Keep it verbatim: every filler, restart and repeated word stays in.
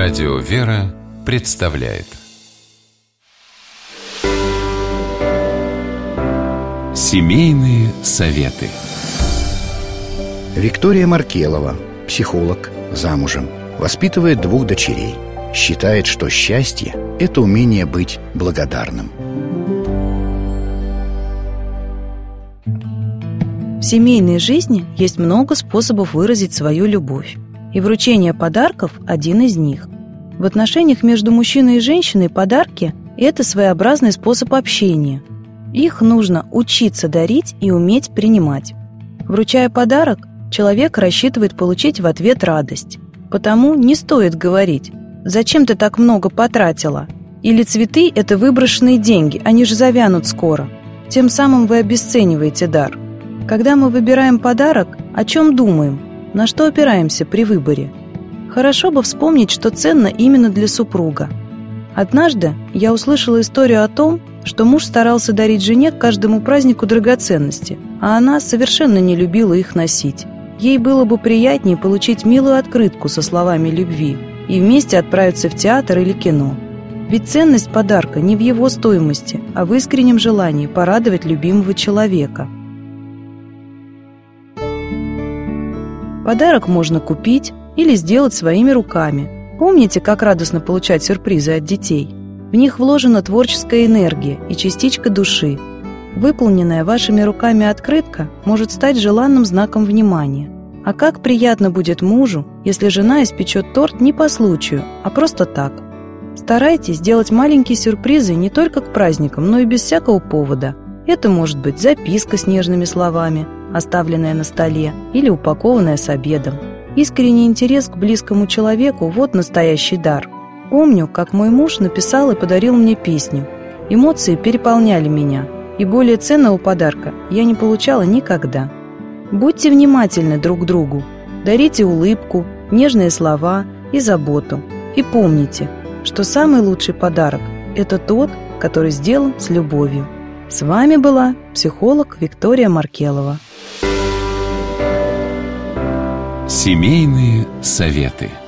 Радио «Вера» представляет Семейные советы. Виктория Маркелова, психолог, замужем, воспитывает двух дочерей. Считает, что счастье – это умение быть благодарным. В семейной жизни есть много способов выразить свою любовь. И вручение подарков – один из них. В отношениях между мужчиной и женщиной подарки – это своеобразный способ общения. Их нужно учиться дарить и уметь принимать. Вручая подарок, человек рассчитывает получить в ответ радость. Потому не стоит говорить: «Зачем ты так много потратила?» Или «Цветы – это выброшенные деньги, они же завянут скоро». Тем самым вы обесцениваете дар. Когда мы выбираем подарок, о чем думаем? На что опираемся при выборе? Хорошо бы вспомнить, что ценно именно для супруга. Однажды я услышала историю о том, что муж старался дарить жене к каждому празднику драгоценности, а она совершенно не любила их носить. Ей было бы приятнее получить милую открытку со словами любви и вместе отправиться в театр или кино. Ведь ценность подарка не в его стоимости, а в искреннем желании порадовать любимого человека. Подарок можно купить или сделать своими руками. Помните, как радостно получать сюрпризы от детей? В них вложена творческая энергия и частичка души. Выполненная вашими руками открытка может стать желанным знаком внимания. А как приятно будет мужу, если жена испечет торт не по случаю, а просто так. Старайтесь делать маленькие сюрпризы не только к праздникам, но и без всякого повода. Это может быть записка с нежными словами, оставленная на столе, или упакованная с обедом. Искренний интерес к близкому человеку – вот настоящий дар. Помню, как мой муж написал и подарил мне песню. Эмоции переполняли меня, и более ценного подарка я не получала никогда. Будьте внимательны друг к другу, дарите улыбку, нежные слова и заботу. И помните, что самый лучший подарок – это тот, который сделан с любовью. С вами была психолог Виктория Маркелова. Семейные советы.